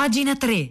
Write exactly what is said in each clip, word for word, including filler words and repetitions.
Pagina tre.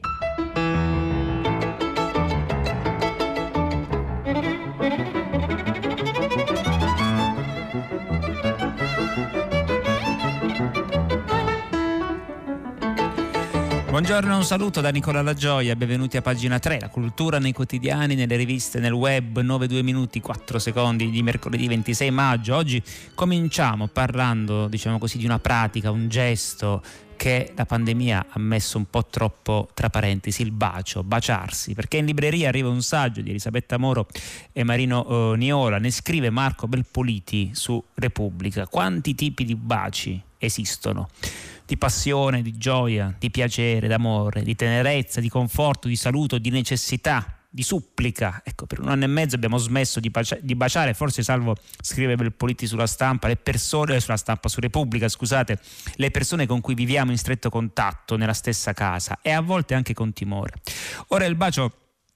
Buongiorno, un saluto da Nicola Lagioia, benvenuti a Pagina tre, la cultura nei quotidiani, nelle riviste, nel web, nove due minuti quattro secondi di mercoledì ventisei maggio. Oggi cominciamo parlando, diciamo così, di una pratica, un gesto che la pandemia ha messo un po' troppo tra parentesi, il bacio, baciarsi, perché in libreria arriva un saggio di Elisabetta Moro e Marino eh, Niola, ne scrive Marco Belpoliti su Repubblica. Quanti tipi di baci esistono? Di passione, di gioia, di piacere, d'amore, di tenerezza, di conforto, di saluto, di necessità, di supplica. Ecco, per un anno e mezzo abbiamo smesso di, bacia- di baciare, forse salvo, scrive Belpoliti sulla stampa, le persone, sulla stampa, su Repubblica, scusate, le persone con cui viviamo in stretto contatto nella stessa casa e a volte anche con timore. Ora il bacio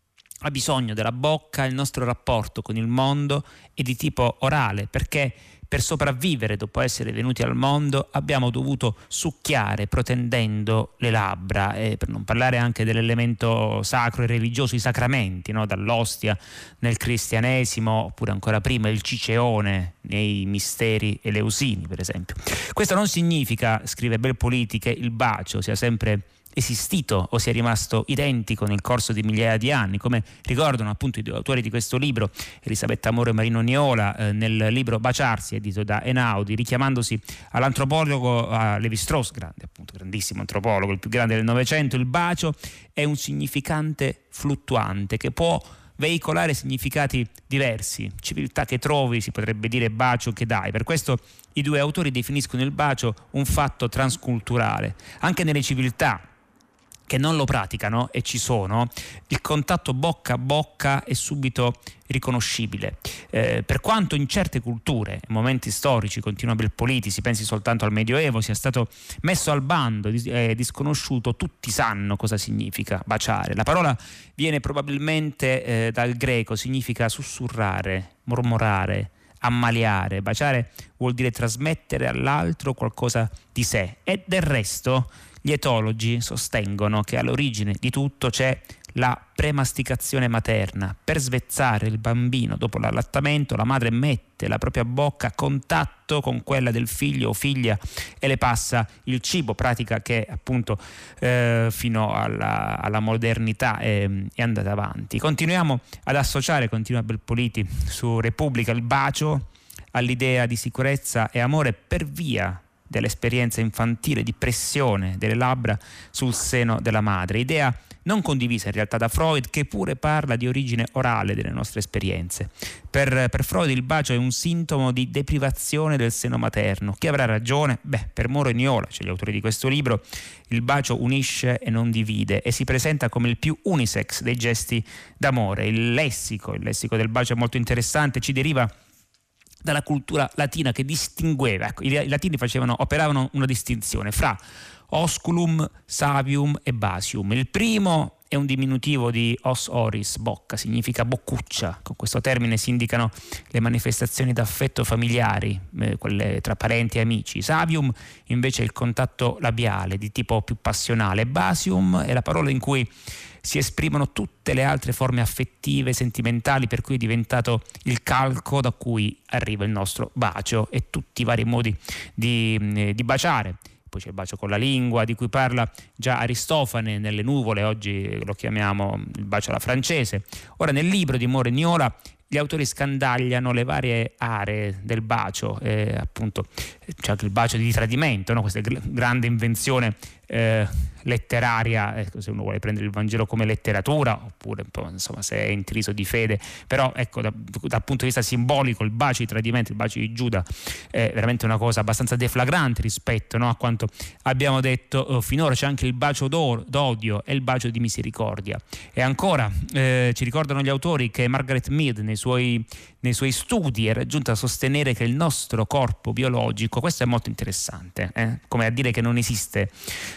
ha bisogno della bocca, il nostro rapporto con il mondo è di tipo orale, perché per sopravvivere dopo essere venuti al mondo abbiamo dovuto succhiare protendendo le labbra, e per non parlare anche dell'elemento sacro e religioso, i sacramenti, no? Dall'ostia nel cristianesimo, oppure ancora prima il ciceone nei misteri eleusini, per esempio. Questo non significa, scrive Belpoliti, che il bacio sia sempre esistito o sia rimasto identico nel corso di migliaia di anni, come ricordano appunto i due autori di questo libro, Elisabetta Moro e Marino Niola, eh, nel libro Baciarsi, edito da Einaudi, richiamandosi all'antropologo a Lévi-Strauss, grande, appunto, grandissimo antropologo, il più grande del Novecento. Il bacio è un significante fluttuante che può veicolare significati diversi, civiltà che trovi, si potrebbe dire, bacio che dai. Per questo i due autori definiscono il bacio un fatto transculturale. Anche nelle civiltà che non lo praticano, e ci sono, il contatto bocca a bocca è subito riconoscibile. Eh, per quanto in certe culture, in momenti storici, continua Belpoliti, si pensi soltanto al Medioevo, sia stato messo al bando, eh, disconosciuto, tutti sanno cosa significa baciare. La parola viene probabilmente eh, dal greco, significa sussurrare, mormorare, ammaliare. Baciare vuol dire trasmettere all'altro qualcosa di sé, e del resto gli etologi sostengono che all'origine di tutto c'è la premasticazione materna. Per svezzare il bambino dopo l'allattamento, la madre mette la propria bocca a contatto con quella del figlio o figlia e le passa il cibo, pratica che appunto eh, fino alla, alla modernità è, è andata avanti. Continuiamo ad associare, continua Belpoliti su Repubblica, il bacio all'idea di sicurezza e amore per via dell'esperienza infantile di pressione delle labbra sul seno della madre, idea non condivisa in realtà da Freud, che pure parla di origine orale delle nostre esperienze. Per, per Freud il bacio è un sintomo di deprivazione del seno materno. Chi avrà ragione? Beh, per Moro e Niola, cioè gli autori di questo libro, il bacio unisce e non divide e si presenta come il più unisex dei gesti d'amore. Il lessico, il lessico del bacio è molto interessante, ci deriva dalla cultura latina che distingueva, ecco, i latini facevano, operavano una distinzione fra osculum, savium e basium. Il primo è un diminutivo di os oris, bocca, significa boccuccia. Con questo termine si indicano le manifestazioni d'affetto familiari, eh, quelle tra parenti e amici. Savium invece è il contatto labiale di tipo più passionale. Basium è la parola in cui si esprimono tutte le altre forme affettive, sentimentali, per cui è diventato il calco da cui arriva il nostro bacio e tutti i vari modi di, eh, di baciare. Poi c'è il bacio con la lingua, di cui parla già Aristofane nelle Nuvole, oggi lo chiamiamo il bacio alla francese. Ora, nel libro di Moro e Niola gli autori scandagliano le varie aree del bacio, eh, appunto c'è anche il bacio di tradimento, no? Questa gr- grande invenzione eh, letteraria, ecco, se uno vuole prendere il Vangelo come letteratura, oppure insomma se è intriso di fede, però ecco da, dal punto di vista simbolico il bacio di tradimento, il bacio di Giuda è veramente una cosa abbastanza deflagrante rispetto, no, a quanto abbiamo detto oh, finora. C'è anche il bacio d'odio e il bacio di misericordia. E ancora eh, ci ricordano gli autori che Margaret Mead nei suoi, nei suoi studi è raggiunta a sostenere che il nostro corpo biologico, questo è molto interessante, eh, come a dire che non esiste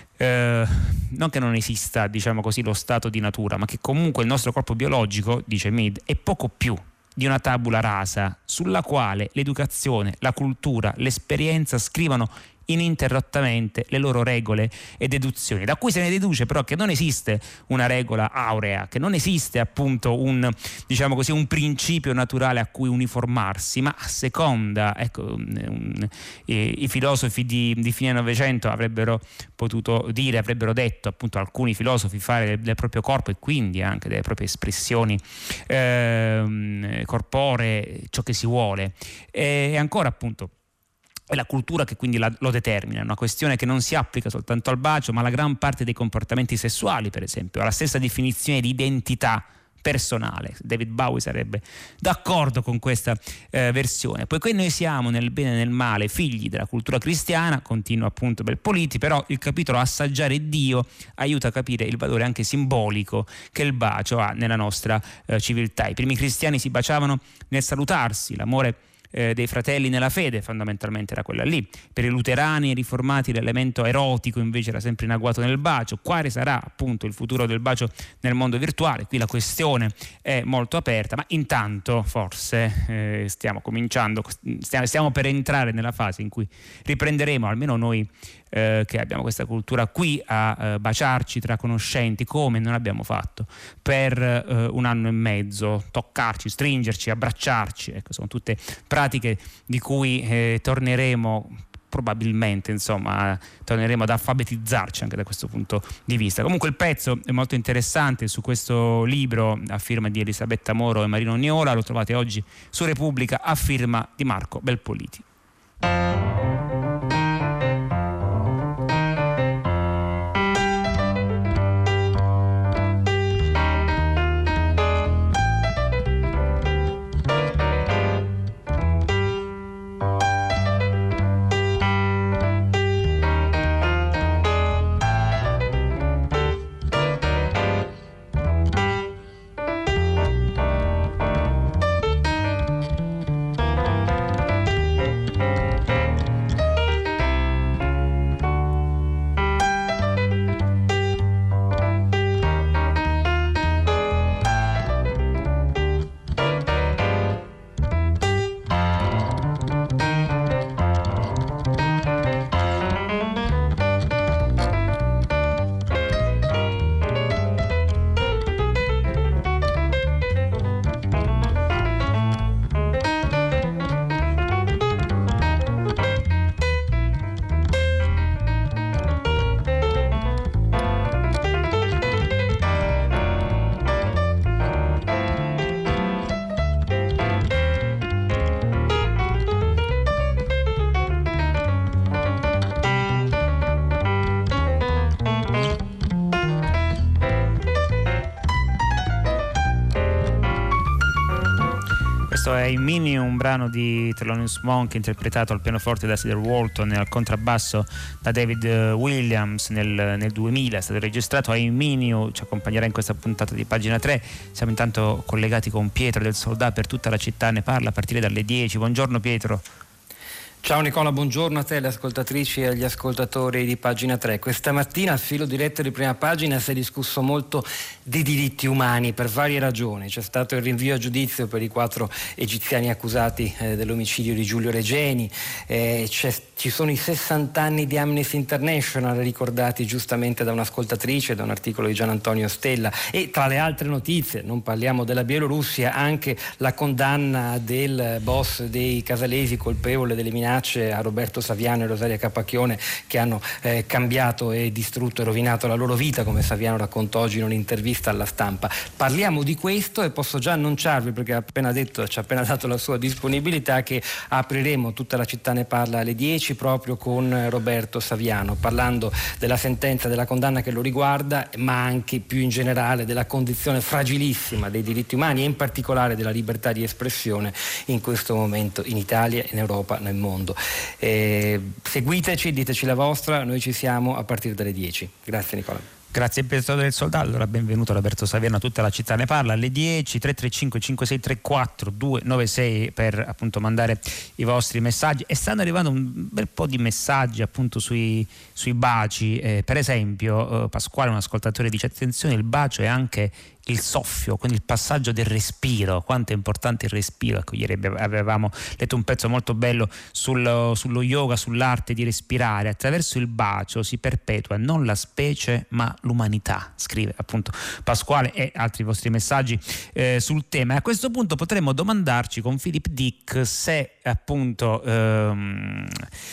Eh, non che non esista, diciamo così, lo stato di natura, ma che comunque il nostro corpo biologico, dice Mead, è poco più di una tabula rasa sulla quale l'educazione, la cultura, l'esperienza scrivono ininterrottamente le loro regole e deduzioni, da cui se ne deduce però che non esiste una regola aurea, che non esiste appunto un, diciamo così, un principio naturale a cui uniformarsi, ma a seconda, ecco, un, i, i filosofi di, di fine Novecento avrebbero potuto dire, avrebbero detto appunto alcuni filosofi fare del, del proprio corpo e quindi anche delle proprie espressioni eh, corporee ciò che si vuole, e ancora appunto è la cultura che quindi la, lo determina, una questione che non si applica soltanto al bacio ma alla gran parte dei comportamenti sessuali, per esempio, alla stessa definizione di identità personale. David Bowie sarebbe d'accordo con questa eh, versione. Poiché noi siamo nel bene e nel male figli della cultura cristiana, continua appunto Belpoliti, però il capitolo Assaggiare Dio aiuta a capire il valore anche simbolico che il bacio ha nella nostra eh, civiltà. I primi cristiani si baciavano nel salutarsi, l'amore Eh, dei fratelli nella fede fondamentalmente era quella lì. Per i luterani e i riformati l'elemento erotico invece era sempre in agguato nel bacio. Quale sarà appunto il futuro del bacio nel mondo virtuale? Qui la questione è molto aperta, ma intanto forse eh, stiamo cominciando, stiamo, stiamo per entrare nella fase in cui riprenderemo, almeno noi Eh, che abbiamo questa cultura qui, a eh, baciarci tra conoscenti come non abbiamo fatto per eh, un anno e mezzo, toccarci, stringerci, abbracciarci, ecco, sono tutte pratiche di cui eh, torneremo probabilmente, insomma, torneremo ad alfabetizzarci anche da questo punto di vista. Comunque il pezzo è molto interessante su questo libro a firma di Elisabetta Moro e Marino Niola, lo trovate oggi su Repubblica a firma di Marco Belpoliti. Questo è In Mini, un brano di Thelonious Monk interpretato al pianoforte da Cedar Walton e al contrabbasso da David Williams nel, nel duemila. È stato registrato a In Mini, ci accompagnerà in questa puntata di Pagina tre. Siamo intanto collegati con Pietro del Soldà per tutta la città ne parla a partire dalle dieci. Buongiorno Pietro. Ciao Nicola, buongiorno a te, alle ascoltatrici e agli ascoltatori di Pagina tre. Questa mattina al filo diretto di Prima Pagina si è discusso molto di diritti umani per varie ragioni. C'è stato il rinvio a giudizio per i quattro egiziani accusati eh, dell'omicidio di Giulio Regeni, eh, c'è, ci sono i sessanta anni di Amnesty International ricordati giustamente da un'ascoltatrice, da un articolo di Gian Antonio Stella, e tra le altre notizie, non parliamo della Bielorussia, anche la condanna del boss dei Casalesi colpevole delle minacce a Roberto Saviano e Rosaria Capacchione, che hanno eh, cambiato e distrutto e rovinato la loro vita, come Saviano raccontò oggi in un'intervista alla Stampa. Parliamo di questo e posso già annunciarvi, perché ha appena detto, ci ha appena dato la sua disponibilità, che apriremo Tutta la città ne parla alle dieci proprio con Roberto Saviano, parlando della sentenza, della condanna che lo riguarda, ma anche più in generale della condizione fragilissima dei diritti umani e in particolare della libertà di espressione in questo momento in Italia, in Europa, nel mondo. Eh, seguiteci, diteci la vostra, noi ci siamo a partire dalle dieci. Grazie Nicola. Grazie Pietro del Soldato, allora benvenuto Roberto Saviano, Tutta la città ne parla alle dieci. Tre tre cinque cinque sei tre quattro due nove sei per appunto mandare i vostri messaggi, e stanno arrivando un bel po' di messaggi appunto sui, sui baci, eh, per esempio eh, Pasquale, un ascoltatore, dice: attenzione, il bacio è anche il soffio, quindi il passaggio del respiro, quanto è importante il respiro. Ecco, ieri avevamo letto un pezzo molto bello sullo, sullo yoga, sull'arte di respirare. Attraverso il bacio si perpetua non la specie ma l'umanità, scrive appunto Pasquale, e altri vostri messaggi eh, sul tema. E a questo punto potremmo domandarci con Philip Dick se appunto ehm,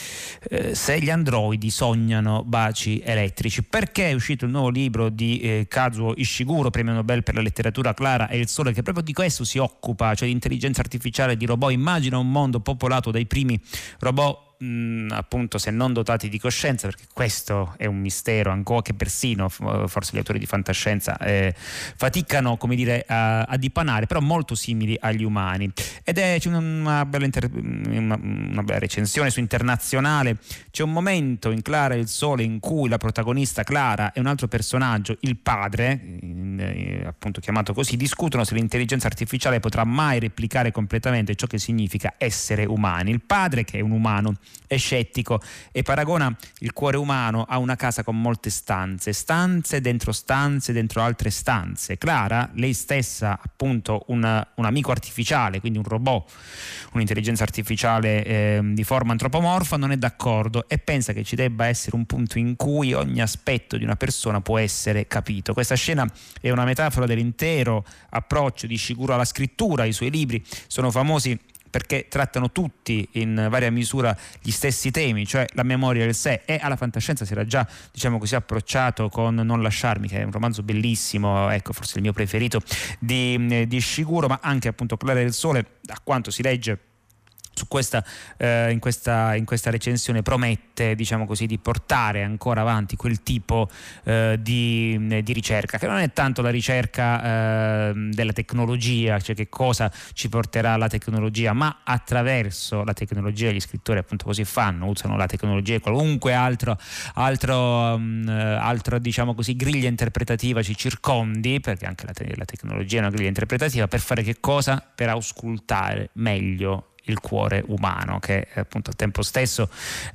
eh, se gli androidi sognano baci elettrici, perché è uscito il nuovo libro di eh, Kazuo Ishiguro, premio Nobel per la letteratura, Clara e il Sole, che proprio di questo si occupa, cioè di intelligenza artificiale, di robot. Immagina un mondo popolato dai primi robot Mh, appunto, se non dotati di coscienza, perché questo è un mistero ancora che persino forse gli autori di fantascienza eh, faticano, come dire, a, a dipanare, però molto simili agli umani. Ed è c'è una bella, inter, una, una bella recensione su Internazionale. C'è un momento in Clara e il Sole in cui la protagonista Clara e un altro personaggio, il padre, eh, appunto chiamato così, discutono se l'intelligenza artificiale potrà mai replicare completamente ciò che significa essere umani. Il padre, che è un umano, è scettico e paragona il cuore umano a una casa con molte stanze, stanze dentro stanze dentro altre stanze. Clara, lei stessa appunto un, un amico artificiale, quindi un robot, un'intelligenza artificiale eh, di forma antropomorfa, non è d'accordo e pensa che ci debba essere un punto in cui ogni aspetto di una persona può essere capito. Questa scena è una metafora dell'intero approccio di Ishiguro alla scrittura. I suoi libri sono famosi perché trattano tutti in varia misura gli stessi temi, cioè la memoria del sé, e alla fantascienza si era già, diciamo così, approcciato con Non lasciarmi, che è un romanzo bellissimo, ecco, forse il mio preferito di, di Ishiguro, ma anche appunto Clara del Sole, a quanto si legge su questa, eh, in, questa, in questa recensione, promette, diciamo così, di portare ancora avanti quel tipo eh, di, di ricerca, che non è tanto la ricerca eh, della tecnologia, cioè che cosa ci porterà la tecnologia, ma attraverso la tecnologia gli scrittori appunto così fanno, usano la tecnologia e qualunque altro, altro, um, altro diciamo così, griglia interpretativa ci circondi, perché anche la, te- la tecnologia è una griglia interpretativa, per fare che cosa? Per auscultare meglio il cuore umano, che è appunto al tempo stesso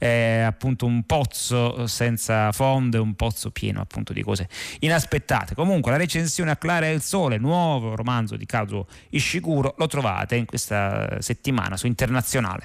è appunto un pozzo senza fondo e un pozzo pieno appunto di cose inaspettate. Comunque la recensione a Clara e il Sole, nuovo romanzo di Kazuo Ishiguro, lo trovate in questa settimana su Internazionale.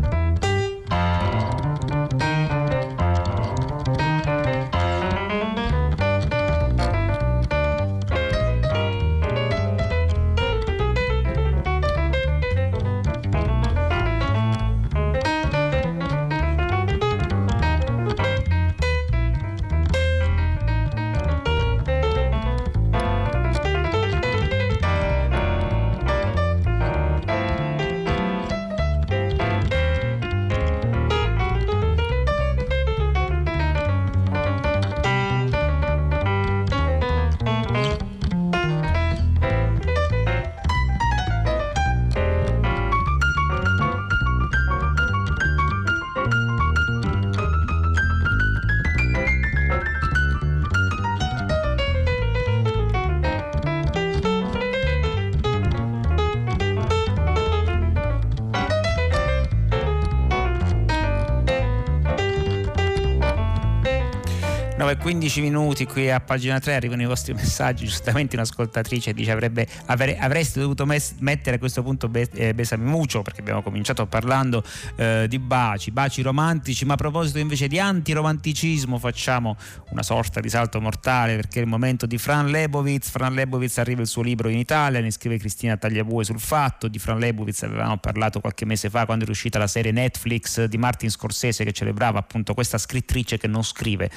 quindici minuti qui a Pagina tre, arrivano i vostri messaggi. Giustamente un'ascoltatrice dice avrebbe, avre, avreste dovuto mes, mettere a questo punto Be, eh, Besame Mucho, perché abbiamo cominciato parlando eh, di baci, baci romantici, ma a proposito invece di antiromanticismo facciamo una sorta di salto mortale, perché è il momento di Fran Lebowitz. Fran Lebowitz arriva il suo libro in Italia, ne scrive Cristina Tagliabue sul Fatto. Di Fran Lebowitz avevamo parlato qualche mese fa, quando è uscita la serie Netflix di Martin Scorsese, che celebrava appunto questa scrittrice che non scrive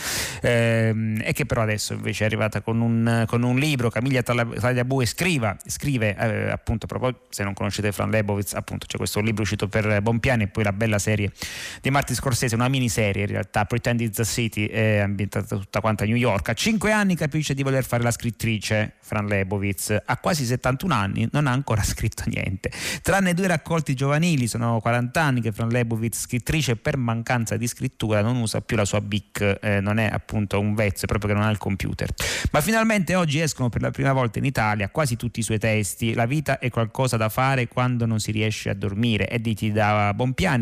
ehm, e che però adesso invece è arrivata con un, con un libro. Camilla Tagliabue scriva, scrive eh, appunto, proprio, se non conoscete Fran Lebowitz, appunto c'è questo libro uscito per Bonpiani e poi la bella serie di Martin Scorsese, una miniserie in realtà, Pretend It's a City, è ambientata tutta quanta a New York. A cinque anni capisce di voler fare la scrittrice Fran Lebowitz, a quasi settantuno anni non ha ancora scritto niente, tranne due raccolti giovanili. Sono quaranta anni che Fran Lebowitz, scrittrice, per mancanza di scrittura non usa più la sua Bic, eh, non è appunto un vezzo, è proprio che non ha il computer. Ma finalmente oggi escono per la prima volta in Italia quasi tutti i suoi testi. La vita è qualcosa da fare quando non si riesce a dormire, editi da Bonpiani,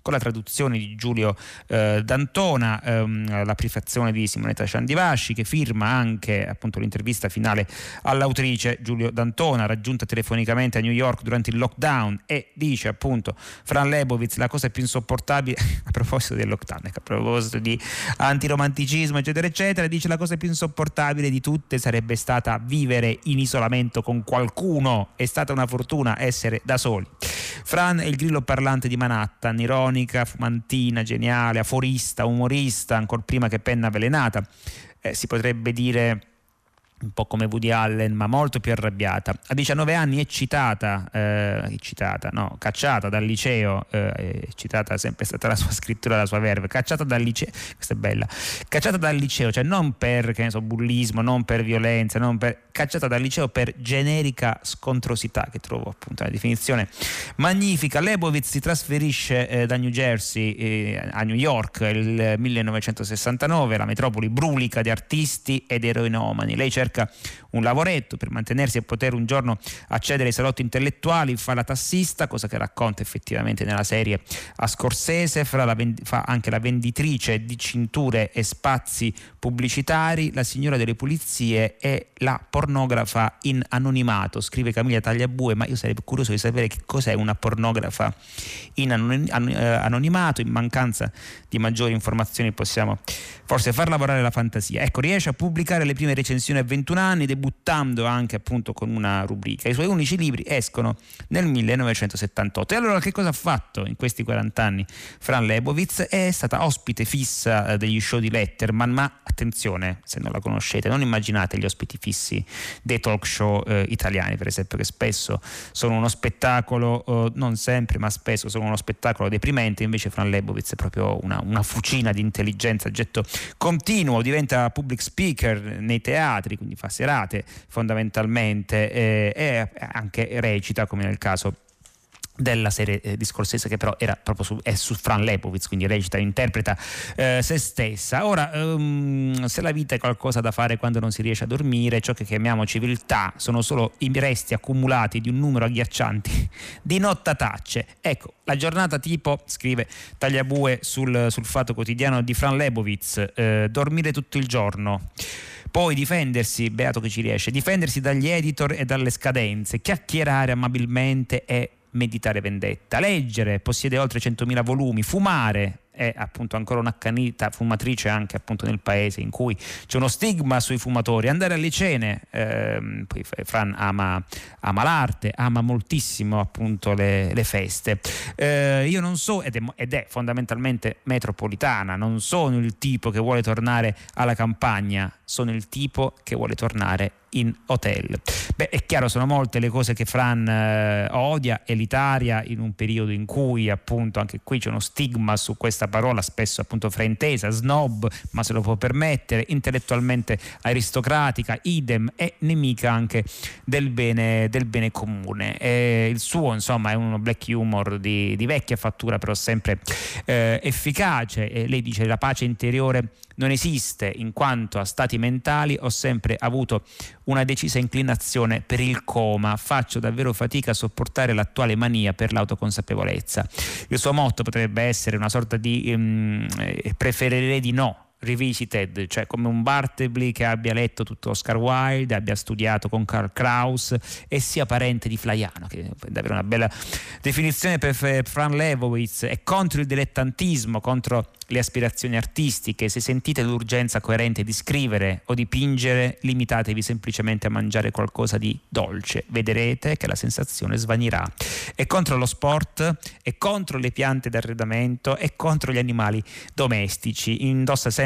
con la traduzione di Giulio eh, D'Antona, ehm, la prefazione di Simonetta Ciandivasci, che firma anche appunto l'intervista finale all'autrice Giulio D'Antona, raggiunta telefonicamente a New York durante il lockdown, e dice appunto Fran Lebowitz: la cosa più insopportabile a proposito del lockdown, ecco, a proposito di antiromanticismo eccetera eccetera, dice: la cosa più insopportabile di tutte sarebbe stata vivere in isolamento con qualcuno, è stata una fortuna essere da soli. Fran è il grillo parlante di Manhattan, ironica, fumantina, geniale, aforista, umorista, ancor prima che penna avvelenata, eh, si potrebbe dire un po' come Woody Allen, ma molto più arrabbiata. A diciannove anni è citata, eh, citata, no, cacciata dal liceo, eh, è citata sempre, è stata la sua scrittura, la sua verve, cacciata dal liceo, questa è bella, cacciata dal liceo, cioè non per, che ne so, bullismo, non per violenza, non per, cacciata dal liceo per generica scontrosità, che trovo appunto una definizione magnifica. Lebowitz si trasferisce eh, da New Jersey eh, a New York nel millenovecentosessantanove, la metropoli brulica di artisti ed eroinomani. Lei cerca un lavoretto per mantenersi e poter un giorno accedere ai salotti intellettuali, fa la tassista, cosa che racconta effettivamente nella serie a Scorsese, fa, la vend- fa anche la venditrice di cinture e spazi pubblicitari, la signora delle pulizie e la pornografa in anonimato, scrive Camilla Tagliabue, ma io sarei curioso di sapere che cos'è una pornografa in anon- an- anonimato. In mancanza di maggiori informazioni possiamo forse far lavorare la fantasia. Ecco, riesce a pubblicare le prime recensioni a ventuno anni, debuttando anche appunto con una rubrica. I suoi unici libri escono nel millenovecentosettantotto. E allora che cosa ha fatto in questi quaranta anni Fran Lebowitz? È stata ospite fissa degli show di Letterman, ma attenzione, se non la conoscete, non immaginate gli ospiti fissi dei talk show eh, italiani, per esempio, che spesso sono uno spettacolo, eh, non sempre, ma spesso sono uno spettacolo deprimente. Invece Fran Lebowitz è proprio una, una fucina di intelligenza a getto continuo, diventa public speaker nei teatri, quindi fa serate fondamentalmente, eh, e anche recita, come nel caso della serie eh, di Scorsese, che però era proprio su, è su Fran Lebowitz, quindi recita e interpreta eh, se stessa. Ora, um, se la vita è qualcosa da fare quando non si riesce a dormire, ciò che chiamiamo civiltà sono solo i resti accumulati di un numero agghiacciante di nottatacce. Ecco, la giornata tipo, scrive Tagliabue sul, sul Fatto Quotidiano di Fran Lebowitz, eh, dormire tutto il giorno, poi difendersi, beato che ci riesce, difendersi dagli editor e dalle scadenze, chiacchierare amabilmente e meditare vendetta, leggere, possiede oltre centomila volumi, fumare, è appunto ancora un'accanita fumatrice anche appunto nel paese in cui c'è uno stigma sui fumatori, andare alle cene, ehm, poi Fran ama, ama l'arte, ama moltissimo appunto le, le feste. Eh, io non so, ed è, ed è fondamentalmente metropolitana, non sono il tipo che vuole tornare alla campagna, sono il tipo che vuole tornare in hotel. Beh, è chiaro, sono molte le cose che Fran eh, odia, elitaria, in un periodo in cui appunto anche qui c'è uno stigma su questa parola, spesso appunto fraintesa, snob, ma se lo può permettere, intellettualmente aristocratica, idem, è nemica anche del bene, del bene comune. E il suo insomma è uno black humor di, di vecchia fattura, però sempre eh, efficace. E lei dice: la pace interiore non esiste, in quanto a stati mentali ho sempre avuto una decisa inclinazione per il coma, faccio davvero fatica a sopportare l'attuale mania per l'autoconsapevolezza. Il suo motto potrebbe essere una sorta di um, preferirei di no revisited, cioè come un Bartleby che abbia letto tutto Oscar Wilde, abbia studiato con Karl Kraus e sia parente di Flaiano, che è davvero una bella definizione per Fran Lebowitz. È contro il dilettantismo, contro le aspirazioni artistiche. Se sentite l'urgenza coerente di scrivere o dipingere, limitatevi semplicemente a mangiare qualcosa di dolce, vedrete che la sensazione svanirà. È contro lo sport, è contro le piante d'arredamento, è contro gli animali domestici. Indossa sempre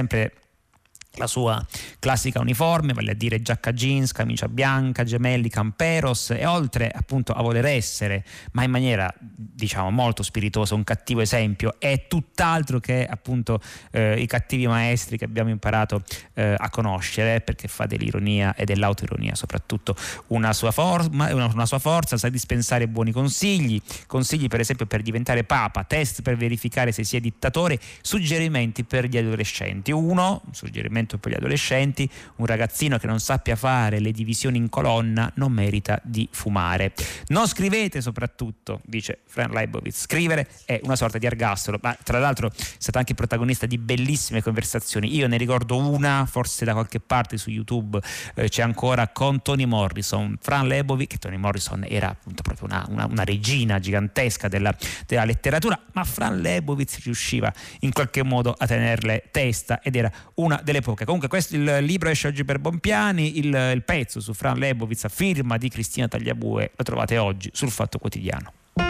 la sua classica uniforme, vale a dire giacca jeans, camicia bianca, gemelli, camperos, e oltre appunto a voler essere, ma in maniera diciamo molto spiritosa, un cattivo esempio, è tutt'altro che appunto eh, i cattivi maestri che abbiamo imparato eh, a conoscere, perché fa dell'ironia e dell'autoironia soprattutto una sua, forma, una, una sua forza, sa dispensare buoni consigli, consigli per esempio per diventare papa, test per verificare se si è dittatore, suggerimenti per gli adolescenti. Uno, un suggerimento intrattenimento per gli adolescenti. Un ragazzino che non sappia fare le divisioni in colonna non merita di fumare. Non scrivete soprattutto, dice Fran Lebowitz. Scrivere è una sorta di ergastolo, ma tra l'altro è stato anche protagonista di bellissime conversazioni. Io ne ricordo una, forse da qualche parte su YouTube eh, c'è ancora, con Toni Morrison. Fran Lebowitz, che Toni Morrison era appunto proprio una, una, una regina gigantesca della, della letteratura, ma Fran Lebowitz riusciva in qualche modo a tenerle testa ed era una delle poche. Comunque questo, il libro esce oggi per Bompiani, il, il pezzo su Fran Lebowitz a firma di Cristina Tagliabue lo trovate oggi sul Fatto Quotidiano.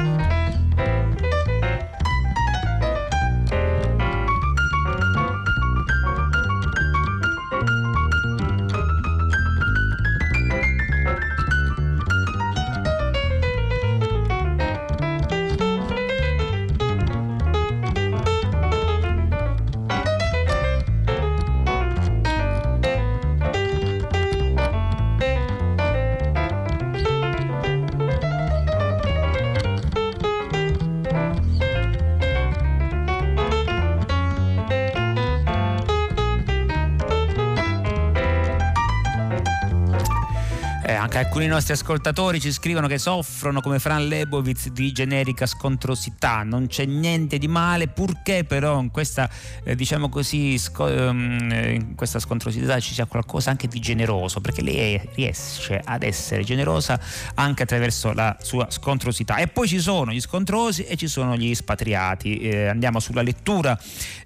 Anche alcuni nostri ascoltatori ci scrivono che soffrono come Fran Lebowitz di generica scontrosità. Non c'è niente di male, purché però in questa eh, diciamo così sco- in questa scontrosità ci sia qualcosa anche di generoso, perché lei riesce ad essere generosa anche attraverso la sua scontrosità. E poi ci sono gli scontrosi e ci sono gli spatriati. Eh, andiamo sulla lettura,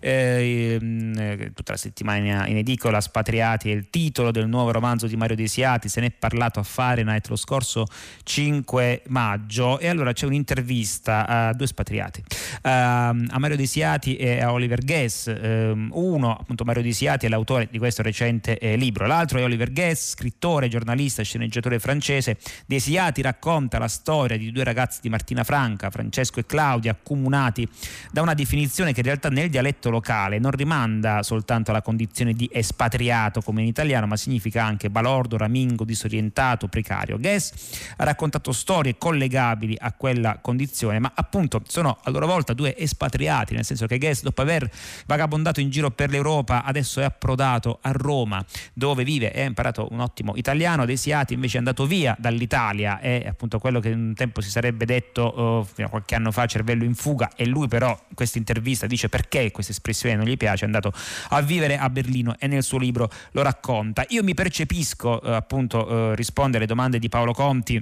eh, tutta la settimana in edicola. Spatriati è il titolo del nuovo romanzo di Mario Desiati, se ne è parlato a Fahrenheit lo scorso cinque maggio, e allora c'è un'intervista a due spatriati, a Mario Desiati e a Oliver Guess. Uno, appunto, Mario Desiati è l'autore di questo recente libro, l'altro è Oliver Guess, scrittore, giornalista, sceneggiatore francese. Desiati racconta la storia di due ragazzi di Martina Franca, Francesco e Claudia, accomunati da una definizione che in realtà nel dialetto locale non rimanda soltanto alla condizione di espatriato come in italiano, ma significa anche balordo, ramingo, disorientato, precario. Guess ha raccontato storie collegabili a quella condizione, ma appunto sono a loro volta due espatriati, nel senso che Guess, dopo aver vagabondato in giro per l'Europa, adesso è approdato a Roma, dove vive e ha imparato un ottimo italiano. Desiati invece è andato via dall'Italia, è appunto quello che un tempo si sarebbe detto uh, fino a qualche anno fa cervello in fuga, e lui però in questa intervista dice perché questa espressione non gli piace, è andato a vivere a Berlino e nel suo libro lo racconta. Io mi percepisco uh, appunto uh, rispondere alle domande di Paolo Conti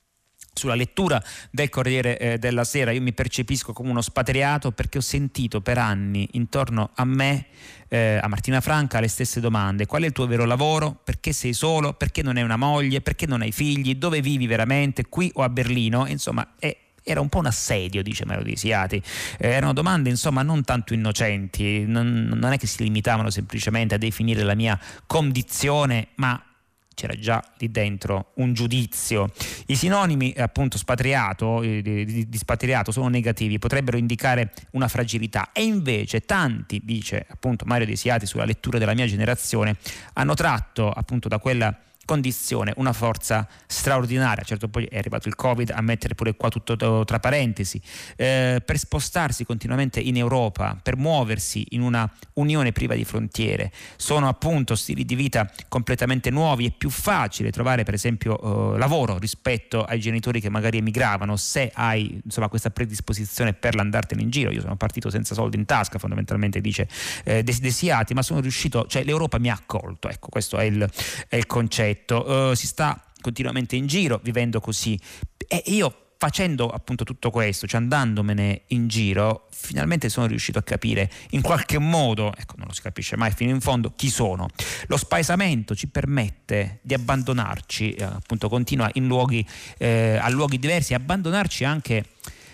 sulla lettura del Corriere eh, della Sera. Io mi percepisco come uno spatriato perché ho sentito per anni intorno a me, eh, a Martina Franca, le stesse domande: qual è il tuo vero lavoro? Perché sei solo? Perché non hai una moglie? Perché non hai figli? Dove vivi veramente? Qui o a Berlino? Insomma, è era un po' un assedio, dice Mario Desiati. Eh, erano domande insomma non tanto innocenti, non, non è che si limitavano semplicemente a definire la mia condizione, ma c'era già lì dentro un giudizio. I sinonimi appunto spatriato, di, di, di spatriato sono negativi, potrebbero indicare una fragilità, e invece tanti, dice appunto Mario Desiati sulla lettura della mia generazione, hanno tratto appunto da quella condizione una forza straordinaria. Certo, poi è arrivato il Covid a mettere pure qua tutto tra parentesi, eh, per spostarsi continuamente in Europa, per muoversi in una unione priva di frontiere. Sono appunto stili di vita completamente nuovi. È più facile trovare per esempio eh, lavoro rispetto ai genitori che magari emigravano, se hai insomma questa predisposizione per l'andartene in giro. Io sono partito senza soldi in tasca fondamentalmente, dice eh, Desiati, ma sono riuscito, cioè l'Europa mi ha accolto, ecco, questo è il, è il concetto. Uh, si sta continuamente in giro vivendo così, e io facendo appunto tutto questo, cioè andandomene in giro, finalmente sono riuscito a capire in qualche modo, ecco, non lo si capisce mai fino in fondo, chi sono. Lo spaesamento ci permette di abbandonarci, eh, appunto continua in luoghi eh, a luoghi diversi, abbandonarci anche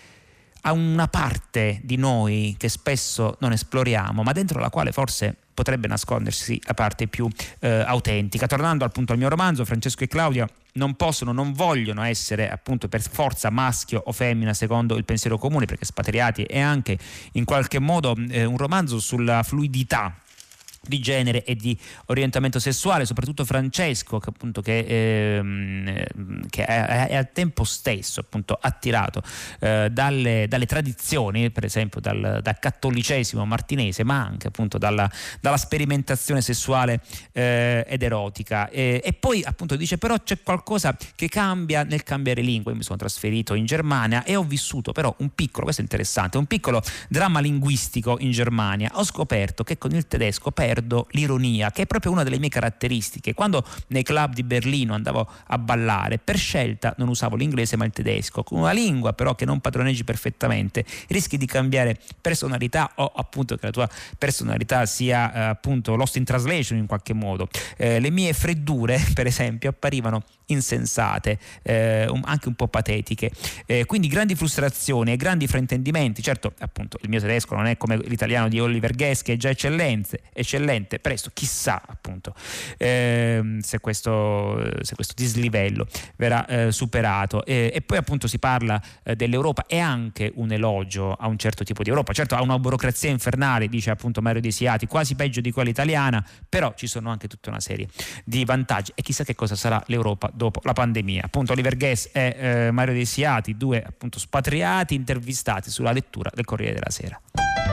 a una parte di noi che spesso non esploriamo, ma dentro la quale forse potrebbe nascondersi la parte più eh, autentica. Tornando appunto al mio romanzo, Francesco e Claudia non possono, non vogliono essere appunto per forza maschio o femmina secondo il pensiero comune, perché Spatriati è anche in qualche modo eh, un romanzo sulla fluidità di genere e di orientamento sessuale, soprattutto Francesco, che appunto che, ehm, che è, è al tempo stesso appunto attirato eh, dalle, dalle tradizioni, per esempio dal, dal cattolicesimo martinese, ma anche appunto dalla, dalla sperimentazione sessuale eh, ed erotica, e, e poi appunto dice però c'è qualcosa che cambia nel cambiare lingua. Io mi sono trasferito in Germania e ho vissuto però un piccolo, questo è interessante, un piccolo dramma linguistico in Germania. Ho scoperto che con il tedesco perdo l'ironia, che è proprio una delle mie caratteristiche. Quando nei club di Berlino andavo a ballare, per scelta non usavo l'inglese ma il tedesco. Con una lingua però che non padroneggi perfettamente rischi di cambiare personalità, o appunto che la tua personalità sia eh, appunto lost in translation in qualche modo. Eh, le mie freddure per esempio apparivano insensate, eh, anche un po' patetiche, eh, quindi grandi frustrazioni e grandi fraintendimenti. Certo, appunto il mio tedesco non è come l'italiano di Oliver Guess, che è già eccellenze, eccellente, presto chissà appunto eh, se, questo, se questo dislivello verrà eh, superato, eh, e poi appunto si parla eh, dell'Europa, è anche un elogio a un certo tipo di Europa. Certo, ha una burocrazia infernale, dice appunto Mario Desiati, quasi peggio di quella italiana, però ci sono anche tutta una serie di vantaggi, e chissà che cosa sarà l'Europa dopo la pandemia. Appunto Oliver Guess e eh, Mario Desiati, due appunto spatriati intervistati sulla lettura del Corriere della Sera.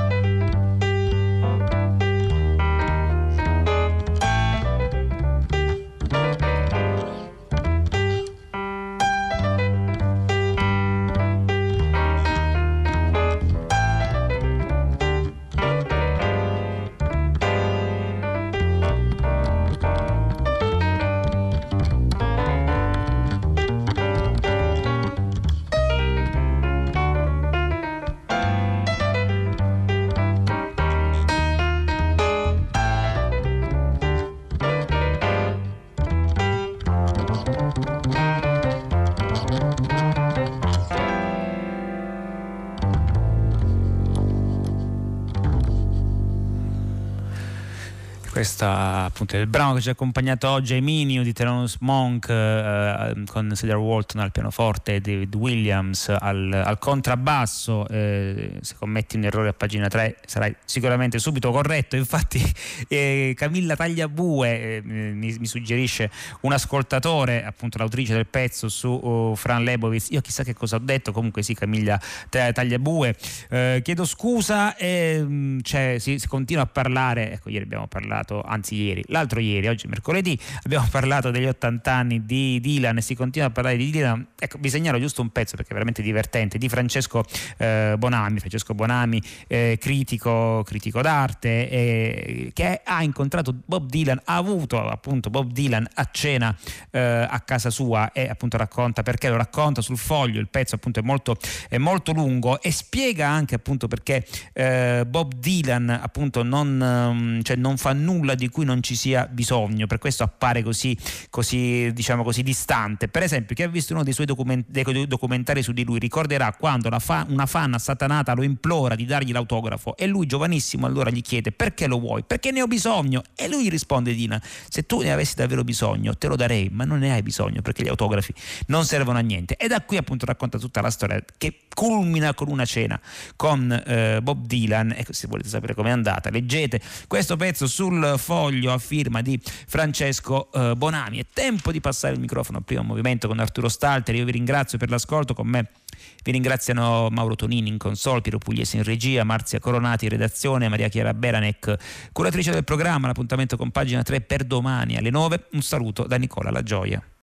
Questo appunto è il brano che ci ha accompagnato oggi, Eminio di Thelonious Monk, eh, con Cedar Walton al pianoforte e David Williams al, al contrabbasso. Eh, se commetti un errore a pagina tre sarai sicuramente subito corretto. Infatti eh, Camilla Tagliabue eh, mi, mi suggerisce un ascoltatore, appunto l'autrice del pezzo su uh, Fran Lebowitz. Io chissà che cosa ho detto, comunque sì, Camilla Tagliabue, eh, chiedo scusa. E, cioè, si, si continua a parlare, ecco, ieri abbiamo parlato, anzi ieri, l'altro ieri, oggi mercoledì, abbiamo parlato degli ottanta anni di Dylan e si continua a parlare di Dylan. Ecco, vi segnalo giusto un pezzo perché è veramente divertente, di Francesco eh, Bonami, Francesco Bonami, eh, critico, critico d'arte, eh, che ha incontrato Bob Dylan, ha avuto appunto Bob Dylan a cena eh, a casa sua, e appunto racconta perché, lo racconta sul foglio. Il pezzo appunto è molto, è molto lungo e spiega anche appunto perché eh, Bob Dylan appunto non, cioè non fa nulla di cui non ci sia bisogno, per questo appare così, così diciamo così distante. Per esempio, chi ha visto uno dei suoi document- dei documentari su di lui ricorderà quando la fa- una fan assatanata lo implora di dargli l'autografo e lui, giovanissimo, allora gli chiede: perché lo vuoi? Perché ne ho bisogno. E lui risponde: Dina, se tu ne avessi davvero bisogno te lo darei, ma non ne hai bisogno perché gli autografi non servono a niente. E da qui appunto racconta tutta la storia che culmina con una cena con eh, Bob Dylan. E se volete sapere com'è andata, leggete questo pezzo sul foglio a firma di Francesco eh, Bonami. È tempo di passare il microfono al primo movimento con Arturo Stalter. Io vi ringrazio per l'ascolto. Con me vi ringraziano Mauro Tonini in console, Piero Pugliese in regia, Marzia Coronati in redazione, Maria Chiara Beranec curatrice del programma. L'appuntamento con Pagina tre per domani alle nove. Un saluto da Nicola La Gioia.